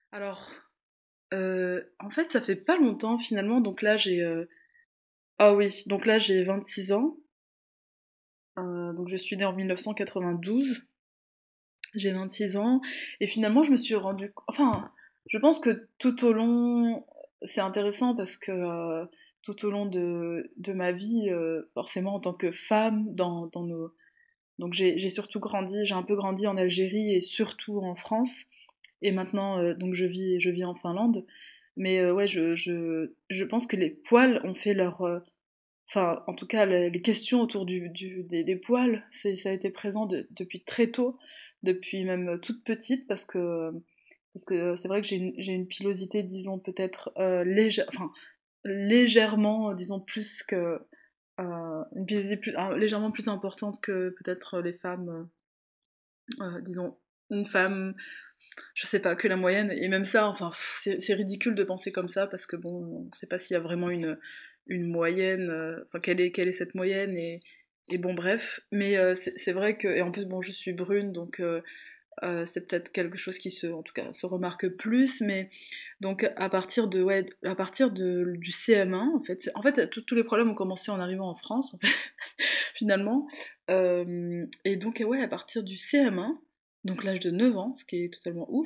Alors, en fait, ça fait pas longtemps finalement, donc là ah oui, donc là j'ai 26 ans, donc je suis née en 1992, j'ai 26 ans, et finalement je me suis enfin, je pense que tout au long, c'est intéressant parce que tout au long de ma vie, forcément en tant que femme, dans nos... Donc j'ai surtout grandi, j'ai un peu grandi en Algérie et surtout en France, et maintenant donc je vis en Finlande. Mais ouais, je pense que les poils ont fait leur... Enfin, en tout cas, les questions autour des poils, ça a été présent depuis très tôt, depuis même toute petite, parce que c'est vrai que j'ai une pilosité, disons, peut-être enfin, légèrement, disons, plus que... une pilosité légèrement plus importante que peut-être les femmes, disons, une femme, je sais pas, que la moyenne. Et même ça, enfin, c'est ridicule de penser comme ça, parce que bon, on sait pas s'il y a vraiment une moyenne, enfin, quelle est cette moyenne, et bon, bref. Mais c'est vrai que, et en plus, bon, je suis brune, donc c'est peut-être quelque chose qui en tout cas, se remarque plus, mais donc ouais, du CM1, en fait, tous les problèmes ont commencé en arrivant en France, en fait, finalement. Et donc, ouais, à partir du CM1, donc l'âge de 9 ans, ce qui est totalement ouf,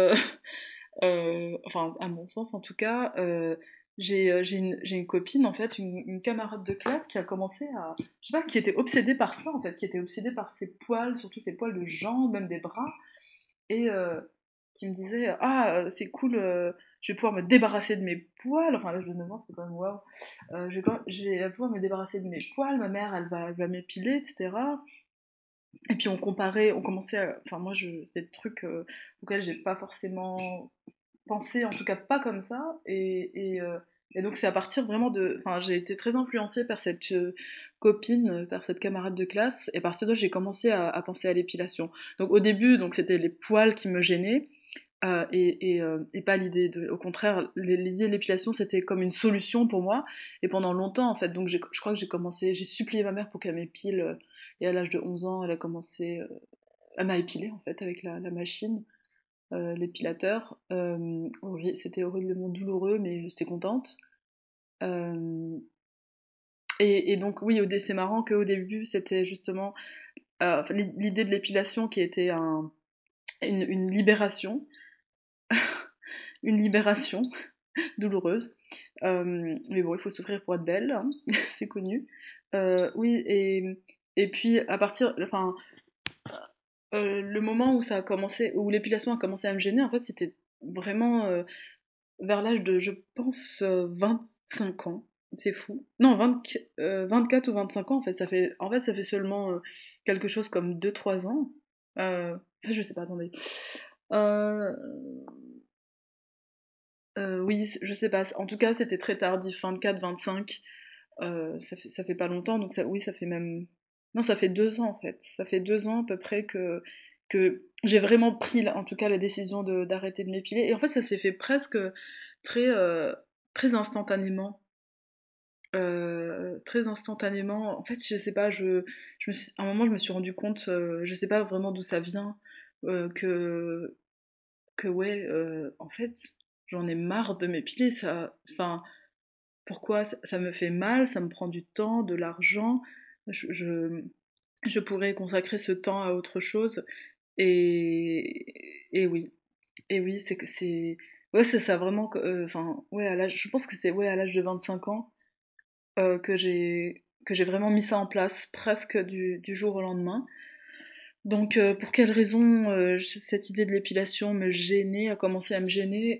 enfin, à mon sens en tout cas, j'ai une copine, en fait, une camarade de classe qui a commencé à... Je sais pas, qui était obsédée par ça, en fait, qui était obsédée par ses poils, surtout ses poils de jambes, même des bras, et qui me disait: «Ah, c'est cool, je vais pouvoir me débarrasser de mes poils», enfin, à l'âge de 9 ans, c'était quand même waouh. Je vais pouvoir me débarrasser de mes poils, ma mère, elle va m'épiler, etc. Et puis on commençait à... Enfin, moi, c'est des trucs auxquels j'ai pas forcément pensé, en tout cas pas comme ça. Et donc c'est à partir vraiment de... Enfin, j'ai été très influencée par cette copine, par cette camarade de classe, et à partir de là, j'ai commencé à penser à l'épilation. Donc au début, donc c'était les poils qui me gênaient, et pas l'idée de... Au contraire, l'idée de l'épilation, c'était comme une solution pour moi, et pendant longtemps, en fait. Donc je crois que j'ai supplié ma mère pour qu'elle m'épile, et à l'âge de 11 ans, elle a commencé... elle m'a épilé, en fait, avec la machine, l'épilateur. C'était horriblement douloureux, mais j'étais contente. Euh, et donc, oui, c'est marrant qu'au début, c'était justement enfin, l'idée de l'épilation qui était une libération, une libération douloureuse. Mais bon, il faut souffrir pour être belle, hein, c'est connu. Oui, et puis à partir, enfin, le moment où ça a commencé, où l'épilation a commencé à me gêner, en fait, c'était vraiment vers l'âge de, je pense, 25 ans. C'est fou. Non, 24 ou 25 ans, en fait, ça fait seulement quelque chose comme 2 3 ans. Enfin, je sais pas, attendez. Euh, oui, je sais pas. En tout cas, c'était très tardif, 24 25. Ça fait pas longtemps, donc oui, ça fait même... Non, ça fait 2 ans, en fait. Ça fait 2 ans à peu près que j'ai vraiment pris, en tout cas, la décision d'arrêter de m'épiler. Et en fait, ça s'est fait presque très, très instantanément. Très instantanément. En fait, je sais pas, à un moment, je me suis rendu compte, je sais pas vraiment d'où ça vient, que, ouais, en fait, j'en ai marre de m'épiler. Enfin, pourquoi ça me fait mal, ça me prend du temps, de l'argent. Je pourrais consacrer ce temps à autre chose. Et oui. Et oui, c'est que c'est... Ouais, c'est ça vraiment... Enfin, ouais, je pense que c'est, ouais, à l'âge de 25 ans, que j'ai vraiment mis ça en place, presque du jour au lendemain. Donc, pour quelle raison cette idée de l'épilation me gênait, a commencé à me gêner?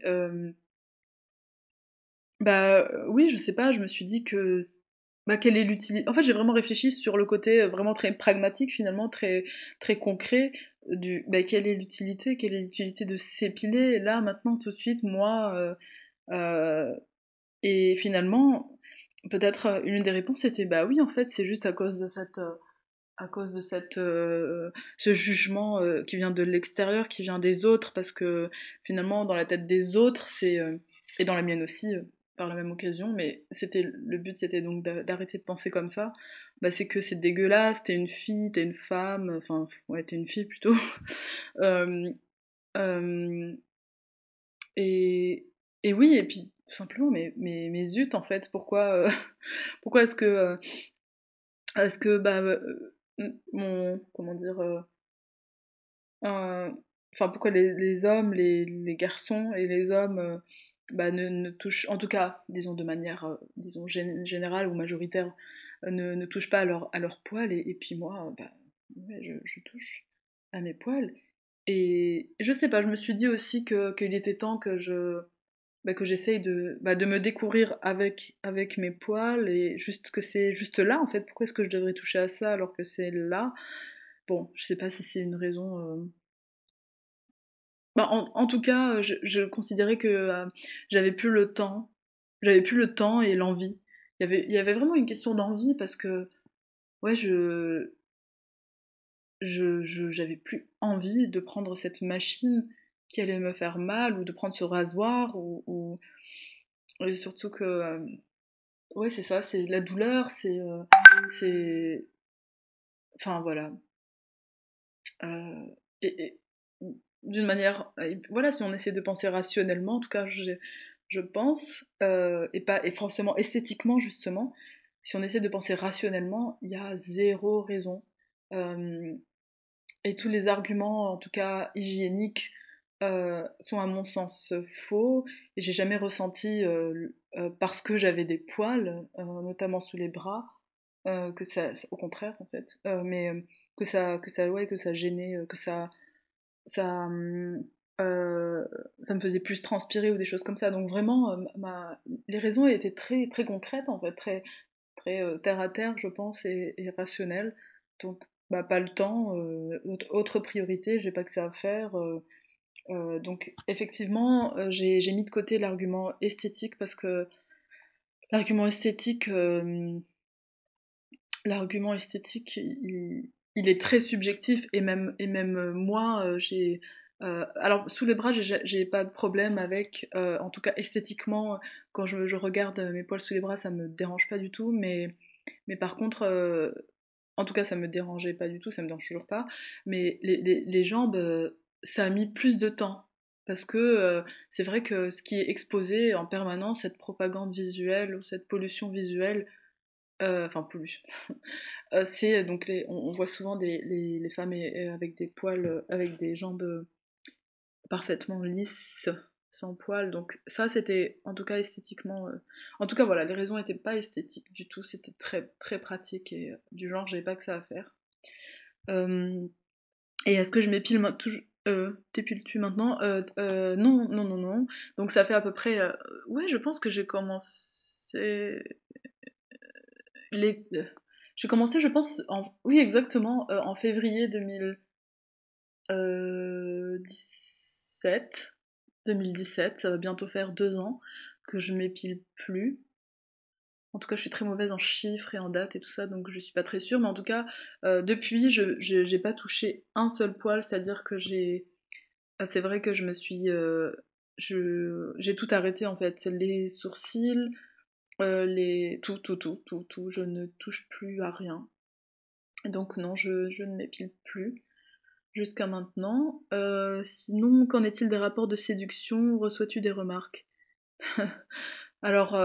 Bah, oui, je sais pas, je me suis dit que... Bah, quelle est l'utilité... En fait, j'ai vraiment réfléchi sur le côté vraiment très pragmatique, finalement, très, très concret, bah, quelle est l'utilité de s'épiler, là, maintenant, tout de suite, moi... euh, et finalement, peut-être une des réponses c'était: bah oui, en fait, c'est juste à cause de ce jugement qui vient de l'extérieur, qui vient des autres, parce que finalement, dans la tête des autres, et dans la mienne aussi, par la même occasion, mais le but c'était donc d'arrêter de penser comme ça. Bah, c'est que c'est dégueulasse, t'es une fille, t'es une femme, enfin, ouais, t'es une fille plutôt. Euh, euh, Et, et oui, et puis tout simplement, mais zut, en fait, pourquoi, pourquoi est-ce que bah, mon, comment dire, euh, enfin, pourquoi les hommes, les garçons et les hommes bah, ne touchent, en tout cas, disons de manière disons générale ou majoritaire, ne touchent pas à leur poils, et puis moi, bah, ouais, je touche à mes poils. Et je sais pas, je me suis dit aussi qu'il était temps que que j'essaye de me découvrir avec mes poils, et juste que c'est juste là en fait. Pourquoi est-ce que je devrais toucher à ça alors que c'est là? Bon, je sais pas si c'est une raison. Bah, en tout cas, je considérais que j'avais plus le temps. J'avais plus le temps et l'envie. Il y avait vraiment une question d'envie parce que, ouais, j'avais plus envie de prendre cette machine qui allait me faire mal, ou de prendre ce rasoir, et surtout que, ouais, c'est ça, c'est la douleur, c'est, enfin voilà. Euh, et d'une manière, voilà, si on essaie de penser rationnellement, en tout cas, je pense, et forcément esthétiquement justement, si on essaie de penser rationnellement, il y a zéro raison. Euh, et tous les arguments, en tout cas hygiéniques, sont à mon sens faux. Et j'ai jamais ressenti, parce que j'avais des poils, notamment sous les bras, que au contraire en fait, mais ouais, que ça gênait, ça, ça me faisait plus transpirer ou des choses comme ça. Donc vraiment, les raisons étaient très très concrètes en fait, très très terre à terre, je pense, et rationnelles. Donc bah, pas le temps, autre priorité, j'ai pas que ça à faire. Donc effectivement, j'ai mis de côté l'argument esthétique parce que l'argument esthétique, il est très subjectif, et même moi, j'ai. Alors, sous les bras, j'ai pas de problème avec. En tout cas, esthétiquement, quand je regarde mes poils sous les bras, ça me dérange pas du tout. Mais par contre, en tout cas, ça me dérangeait pas du tout, ça me dérange toujours pas. Mais les jambes, ça a mis plus de temps. Parce que c'est vrai que ce qui est exposé en permanence, cette propagande visuelle ou cette pollution visuelle, enfin pollution, c'est donc on voit souvent les femmes avec des poils, avec des jambes parfaitement lisses, sans poils. Donc ça, c'était en tout cas esthétiquement. En tout cas, voilà, les raisons n'étaient pas esthétiques du tout. C'était très très pratique, et du genre, j'ai pas que ça à faire. Euh, et est-ce que je m'épile toujours? T'épiles-tu maintenant? Non, non, non, non. Donc ça fait à peu près. Ouais, je pense que j'ai commencé. Les... J'ai commencé, je pense, oui, exactement, en février 2017. 2017, ça va bientôt faire 2 ans que je m'épile plus. En tout cas, je suis très mauvaise en chiffres et en dates et tout ça, donc je suis pas très sûre. Mais en tout cas, depuis, j'ai pas touché un seul poil, c'est-à-dire que j'ai. Ah, c'est vrai que je me suis. J'ai tout arrêté en fait. Les sourcils, tout. Je ne touche plus à rien. Donc non, je ne m'épile plus jusqu'à maintenant. Sinon, qu'en est-il des rapports de séduction? Reçois-tu des remarques? Alors,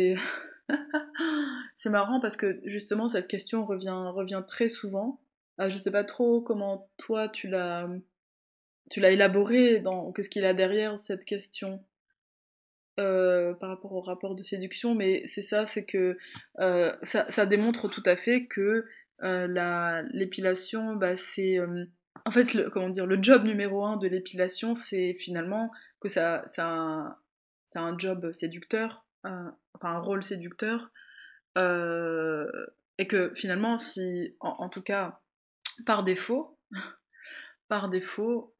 c'est marrant parce que justement, cette question revient très souvent. Je sais pas trop comment toi tu l'as élaboré, qu'est-ce qu'il y a derrière cette question, par rapport au rapport de séduction, mais c'est ça, c'est que ça démontre tout à fait que l'épilation, bah, c'est. En fait, comment dire, le job numéro un de l'épilation, c'est finalement que c'est un job séducteur, enfin un rôle séducteur, euh, et que finalement, si, en tout cas, par défaut, par défaut,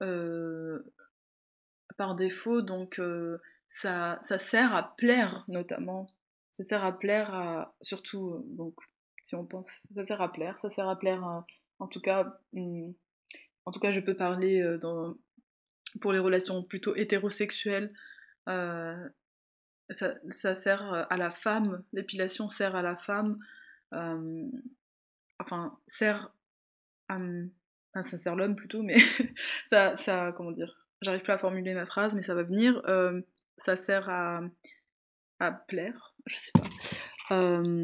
donc ça sert à plaire notamment. Ça sert à plaire surtout, donc si on pense, ça sert à plaire en tout cas, en tout cas je peux parler pour les relations plutôt hétérosexuelles. euh, ça sert à la femme, l'épilation sert à la femme, euh, enfin sert à, ça sert l'homme plutôt, mais ça comment dire, j'arrive pas à formuler ma phrase, mais ça va venir. Ça sert à plaire, je sais pas.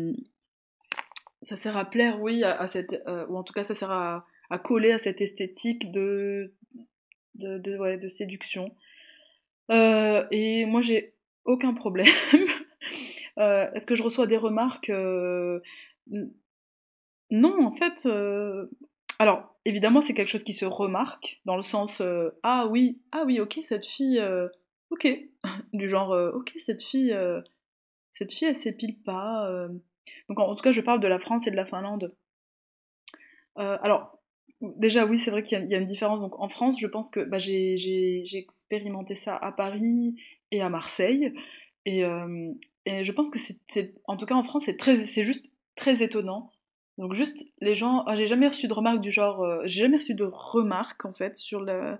Ça sert à plaire, oui, à cette, ou en tout cas ça sert à coller à cette esthétique de séduction. Et moi j'ai aucun problème. Est-ce que je reçois des remarques? Non, en fait. Alors, évidemment, c'est quelque chose qui se remarque, dans le sens ah oui, ok, cette fille. Ok. Du genre ok, cette fille, elle s'épile pas. Donc, en tout cas, je parle de la France et de la Finlande. Alors, déjà, oui, c'est vrai qu'il y a une différence. Donc, en France, je pense que bah, j'ai expérimenté ça à Paris et à Marseille. Et, euh, et je pense que en tout cas en France, c'est juste très étonnant. Donc juste les gens, j'ai jamais reçu de remarques du genre, j'ai jamais reçu de remarques en fait sur le,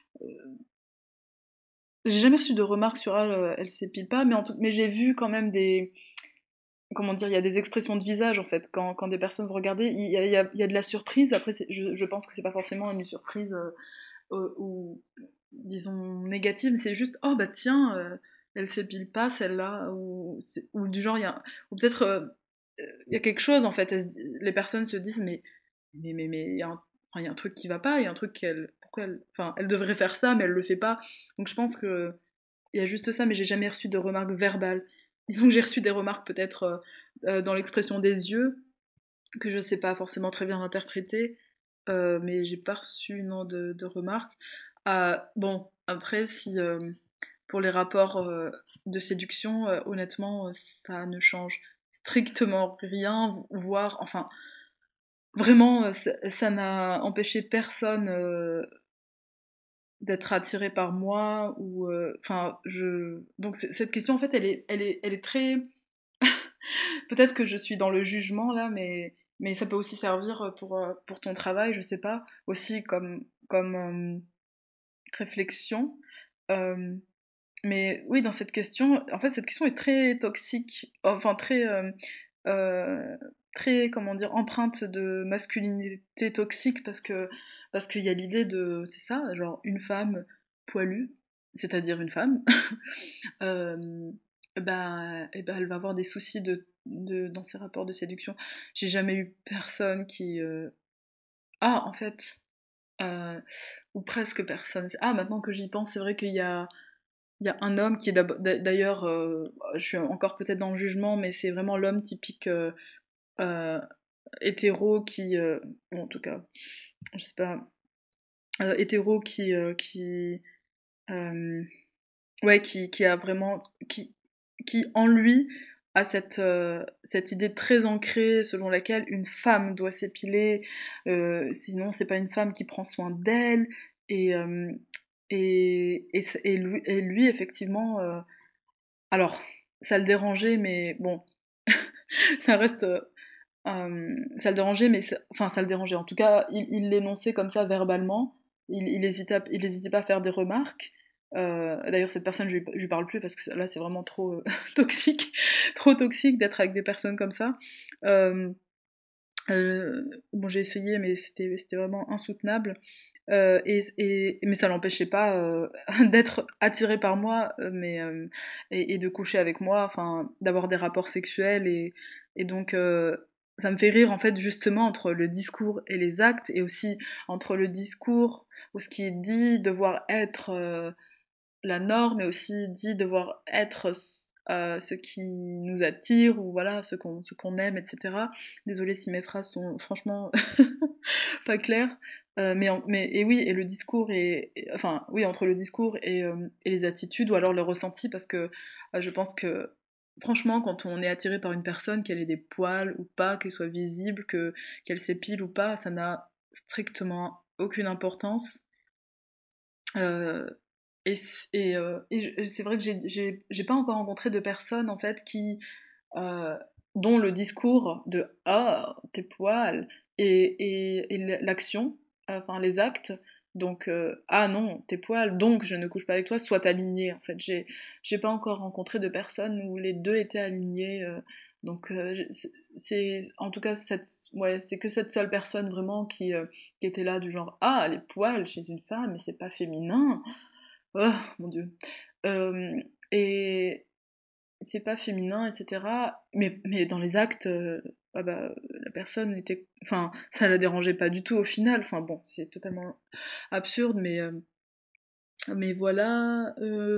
j'ai jamais reçu de remarques sur elle, elle s'épile pas, mais j'ai vu quand même des, comment dire, il y a des expressions de visage en fait quand des personnes vont regarder, il y a de la surprise. Après, je pense que c'est pas forcément une surprise ou disons négative, mais c'est juste oh bah tiens, elle s'épile pas celle-là, ou du genre il y a, ou peut-être il y a quelque chose en fait, les personnes se disent mais il y a enfin, il y a un truc qui va pas, il y a un truc qu'elle, pourquoi elle, enfin elle devrait faire ça mais elle le fait pas. Donc je pense que il y a juste ça, mais j'ai jamais reçu de remarques verbales. Disons que j'ai reçu des remarques peut-être dans l'expression des yeux, que je sais pas forcément très bien interpréter, mais j'ai pas reçu non de remarques. Bon, après, si pour les rapports de séduction, honnêtement, ça ne change strictement rien, voire, enfin, vraiment, ça n'a empêché personne d'être attiré par moi, ou, enfin, donc cette question, en fait, elle est très. Peut-être que je suis dans le jugement là, mais ça peut aussi servir pour ton travail, je sais pas, aussi comme réflexion. Euh, mais oui, dans cette question, en fait, cette question est très toxique, enfin euh, très, comment dire, empreinte de masculinité toxique, parce qu'il y a l'idée de, c'est ça, genre une femme poilue, c'est-à-dire une femme, euh, bah, elle va avoir des soucis dans ses rapports de séduction. J'ai jamais eu personne qui... Ah, en fait, euh, ou presque personne. Ah, maintenant que j'y pense, c'est vrai il y a un homme qui est d'ailleurs, je suis encore peut-être dans le jugement, mais c'est vraiment l'homme typique euh, hétéro qui... bon, en tout cas, je sais pas... hétéro euh, ouais, qui a vraiment, qui en lui a cette idée très ancrée selon laquelle une femme doit s'épiler, sinon c'est pas une femme qui prend soin d'elle, et, et lui effectivement, alors ça le dérangeait, mais bon, ça reste, ça le dérangeait, enfin ça le dérangeait, en tout cas il l'énonçait comme ça verbalement, il hésitait pas à faire des remarques. D'ailleurs, cette personne, je lui parle plus parce que là, c'est vraiment trop toxique, trop toxique d'être avec des personnes comme ça. Euh, bon, j'ai essayé, mais c'était vraiment insoutenable. Mais ça l'empêchait pas d'être attiré par moi, et de coucher avec moi, enfin, d'avoir des rapports sexuels. Et donc, ça me fait rire, en fait, justement, entre le discours et les actes, et aussi entre le discours où ce qui est dit devoir être la norme, mais aussi dit devoir être ce qui nous attire, ou voilà, ce qu'on aime, etc. Désolée si mes phrases sont franchement pas claires. Et oui, et le discours enfin oui, entre le discours et les attitudes, ou alors le ressenti, parce que je pense que franchement, quand on est attiré par une personne, qu'elle ait des poils ou pas, qu'elle soit visible, qu'elle s'épile ou pas, ça n'a strictement aucune importance. Euh, et c'est vrai que j'ai pas encore rencontré de personnes en fait euh, dont le discours de ah tes poils et l'action, enfin les actes, donc ah non tes poils donc je ne couche pas avec toi, soit aligné. En fait j'ai pas encore rencontré de personnes où les deux étaient alignés. Donc c'est en tout cas ouais, c'est que cette seule personne vraiment qui était là du genre ah les poils chez une femme mais c'est pas féminin. Oh mon Dieu. Et c'est pas féminin, etc. Mais dans les actes, ah bah, la personne était. Enfin, ça la dérangeait pas du tout au final. Enfin bon, c'est totalement absurde, mais voilà.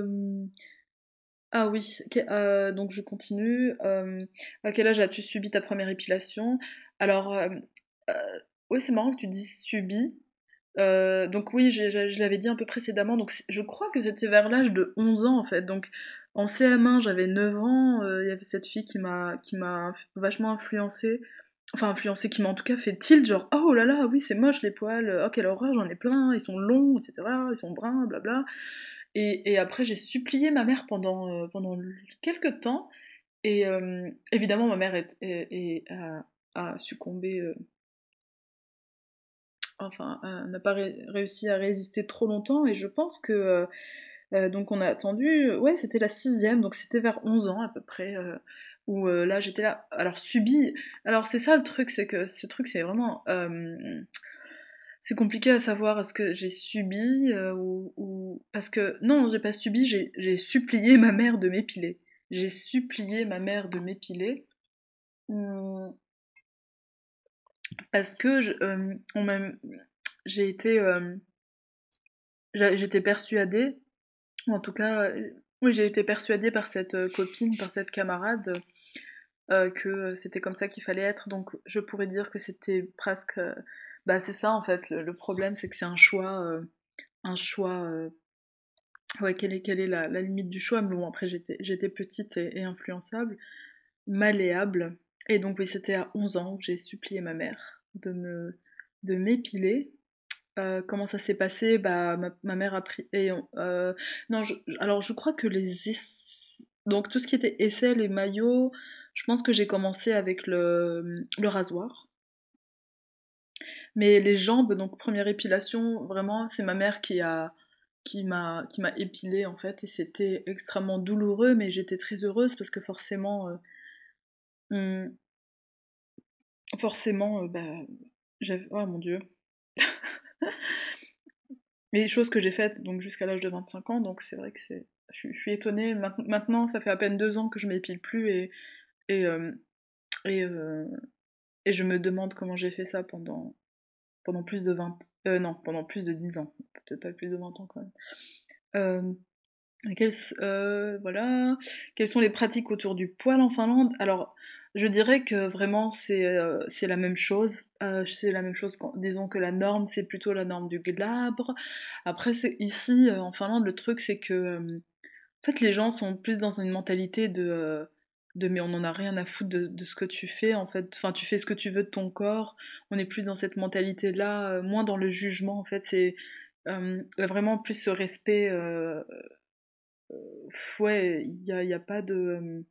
Ah oui, donc je continue. À quel âge as-tu subi ta première épilation? Alors, euh, ouais, c'est marrant que tu dises subi. Donc oui, je l'avais dit un peu précédemment, donc je crois que c'était vers l'âge de 11 ans en fait. Donc en CM1, j'avais 9 ans, il y avait cette fille qui m'a vachement influencée. Enfin influencée, qui m'a en tout cas fait tilt, genre oh là là, oui c'est moche les poils, oh quelle horreur, j'en ai plein, ils sont longs, etc. Ils sont bruns, blabla. Et après j'ai supplié ma mère pendant quelques temps, et évidemment ma mère a succombé, enfin, n'a pas réussi à résister trop longtemps, et je pense que donc on a attendu, ouais, c'était la sixième, donc c'était vers 11 ans à peu près, où là j'étais là, alors subi, alors c'est ça le truc, c'est que ce truc c'est vraiment, c'est compliqué à savoir est-ce que j'ai subi, parce que non, j'ai pas subi, j'ai supplié ma mère de m'épiler. J'ai supplié ma mère de m'épiler, hum, parce que j'ai été, j'étais persuadée. En tout cas, oui, j'ai été persuadée par cette copine, par cette camarade, que c'était comme ça qu'il fallait être. Donc je pourrais dire que c'était presque. Bah c'est ça en fait. Le problème c'est que c'est un choix. Un choix. Ouais, quelle est la limite du choix? Mais bon, après j'étais petite et influençable, malléable. Et donc oui, c'était à 11 ans que j'ai supplié ma mère de m'épiler. Comment ça s'est passé? Bah, ma mère a pris. Non, alors je crois que donc tout ce qui était aisselle et maillot, je pense que j'ai commencé avec le rasoir. Mais les jambes, donc première épilation, vraiment, c'est ma mère qui m'a épilée en fait, et c'était extrêmement douloureux, mais j'étais très heureuse parce que forcément, bah, oh mon Dieu. Les choses que j'ai faites donc jusqu'à l'âge de 25 ans, donc c'est vrai que je suis étonnée. Maintenant, ça fait à peine 2 ans que je m'épile plus, et, euh, et, euh, et je me demande comment j'ai fait ça pendant plus de 20... non, pendant plus de 10 ans. Peut-être pas plus de 20 ans quand même. Euh, voilà. Quelles sont les pratiques autour du poil en Finlande? Alors, je dirais que vraiment c'est la même chose. C'est la même chose disons que la norme, c'est plutôt la norme du glabre. Après, ici en Finlande, le truc c'est que en fait les gens sont plus dans une mentalité de mais on en a rien à foutre de ce que tu fais en fait. Enfin, tu fais ce que tu veux de ton corps. On est plus dans cette mentalité-là, moins dans le jugement en fait. C'est vraiment plus ce respect. Ouais, il y a pas de.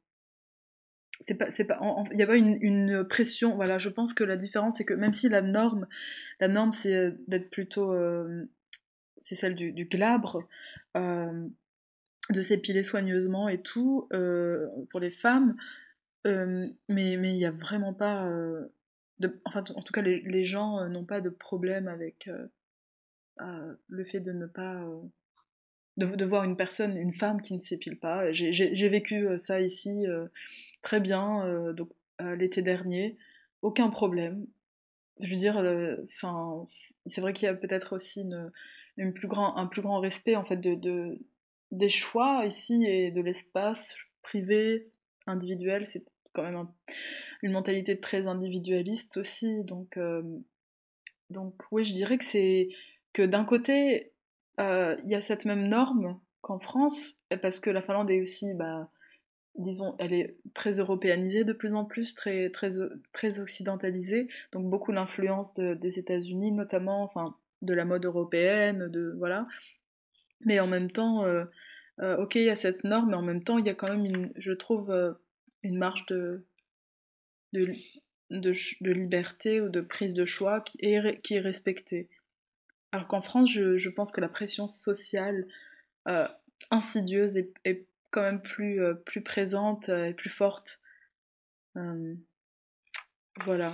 Il y a pas une pression. Voilà, je pense que la différence, c'est que même si la norme c'est d'être plutôt. C'est celle du glabre, euh, de s'épiler soigneusement et tout, pour les femmes, mais il y a vraiment pas. Enfin, en tout cas, les gens n'ont pas de problème avec le fait de ne pas. De voir une personne, une femme qui ne s'épile pas. J'ai vécu ça ici très bien, donc l'été dernier, aucun problème. Je veux dire, enfin, c'est vrai qu'il y a peut-être aussi un plus grand respect en fait des choix ici et de l'espace privé, individuel. C'est quand même une mentalité très individualiste aussi, donc oui, je dirais que c'est que d'un côté, il y a cette même norme qu'en France, et parce que la Finlande est aussi, bah, disons, elle est très européanisée de plus en plus, très, très, très occidentalisée, donc beaucoup l'influence des États-Unis notamment, enfin, de la mode européenne, voilà. Mais en même temps, ok, il y a cette norme, mais en même temps, il y a quand même, je trouve, une marge de, de liberté ou de prise de choix qui est respectée. Alors qu'en France, je pense que la pression sociale euh, insidieuse est quand même plus présente et plus forte. Euh, voilà.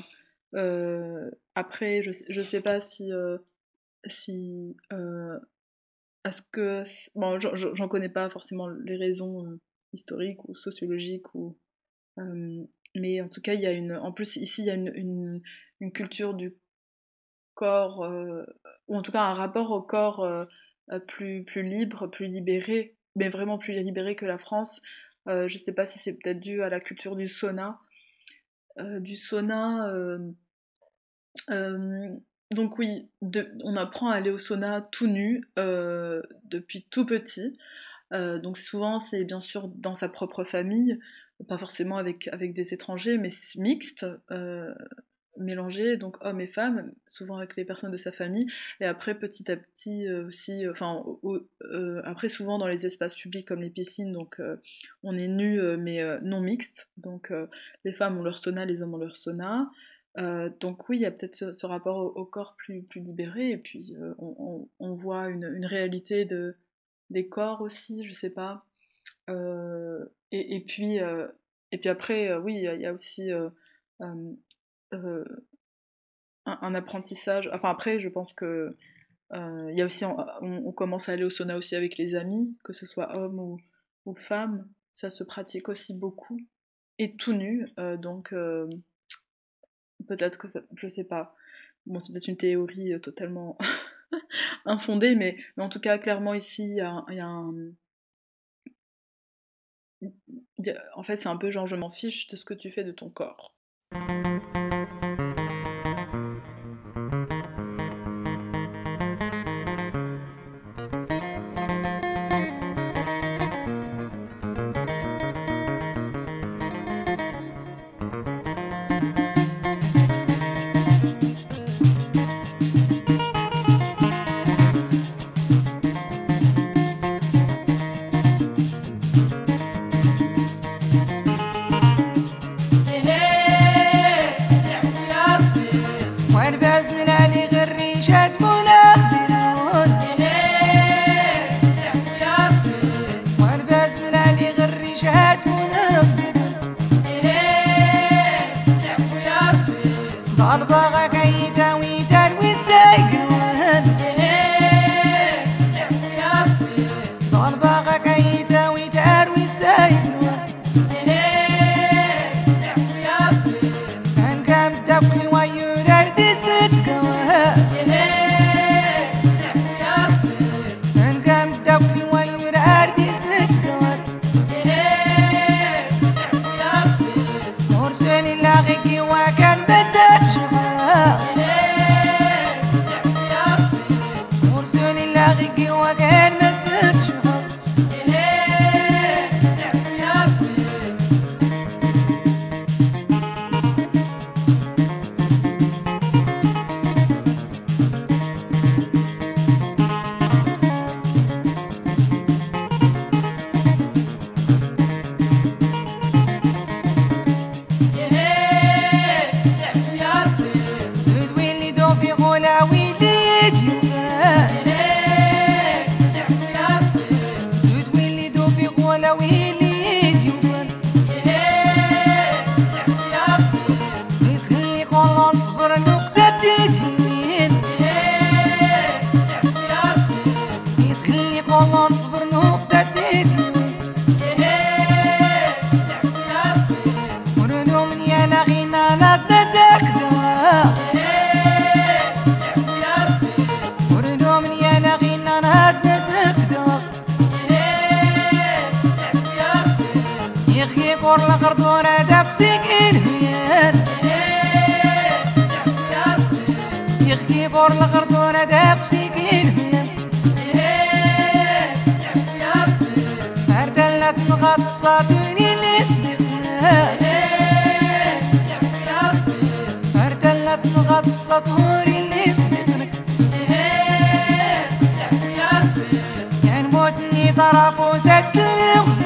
Après, je sais pas si est-ce que bon, j'en connais pas forcément les raisons historiques ou sociologiques ou mais en tout cas, il y a en plus ici il y a une culture du corps ou en tout cas un rapport au corps plus libre, plus libéré, mais vraiment plus libéré que la France. Je sais pas si c'est peut-être dû à la culture du sauna. Du sauna. Euh, donc oui, on apprend à aller au sauna tout nu depuis tout petit. Donc souvent c'est bien sûr dans sa propre famille, pas forcément avec des étrangers, mais mixte, mélangé, donc hommes et femmes, souvent avec les personnes de sa famille, et après petit à petit aussi, enfin après souvent dans les espaces publics comme les piscines, donc on est nus mais non mixte, donc les femmes ont leur sauna, les hommes ont leur sauna. Donc oui, il y a peut-être ce rapport au corps plus libéré, et puis on voit une réalité des corps aussi, je sais pas. Euh, et, et puis, euh, et puis après, oui, il y a aussi euh, euh, un apprentissage. Enfin après, je pense que il y a aussi, on commence à aller au sauna aussi avec les amis, que ce soit hommes ou femmes. Ça se pratique aussi beaucoup. Et tout nu, donc peut-être que ça, je sais pas. Bon, c'est peut-être une théorie totalement infondée, mais en tout cas, clairement ici, il y a un, en fait, c'est un peu genre je m'en fiche de ce que tu fais de ton corps. والباز من علي غريشات مناخدون والباز من علي غريشات مناخدون ضربة كيدا ويدان ويسايقون ضربة كيدا ويدان ويسايقون كان كام دفلي ويورار ديستت كوها كان كام دفلي ويورار ديستت كوها مرسل لاغيكي وكان بدات شغال مرسل لاغيكي وكان بدات شغال زود ويلي دو في غولا ويلي يديوان زود ويلي دو في غولا ويلي يديوان يسخلي كون صبر نقطة تدين يسخلي كون صبر نقطة تدين ورنو من يانا غينا نضنا تكدا ورنو من يانا غينا نضنا تكدا يغي كور الغردورة دابسيك الهيان يغي كور الغردورة دابسيك الهيان أردلت نغط الصاتوني الاستغلال أردلت نغط الصاتوني الاستغلال يعني موتني طرف وسات سلم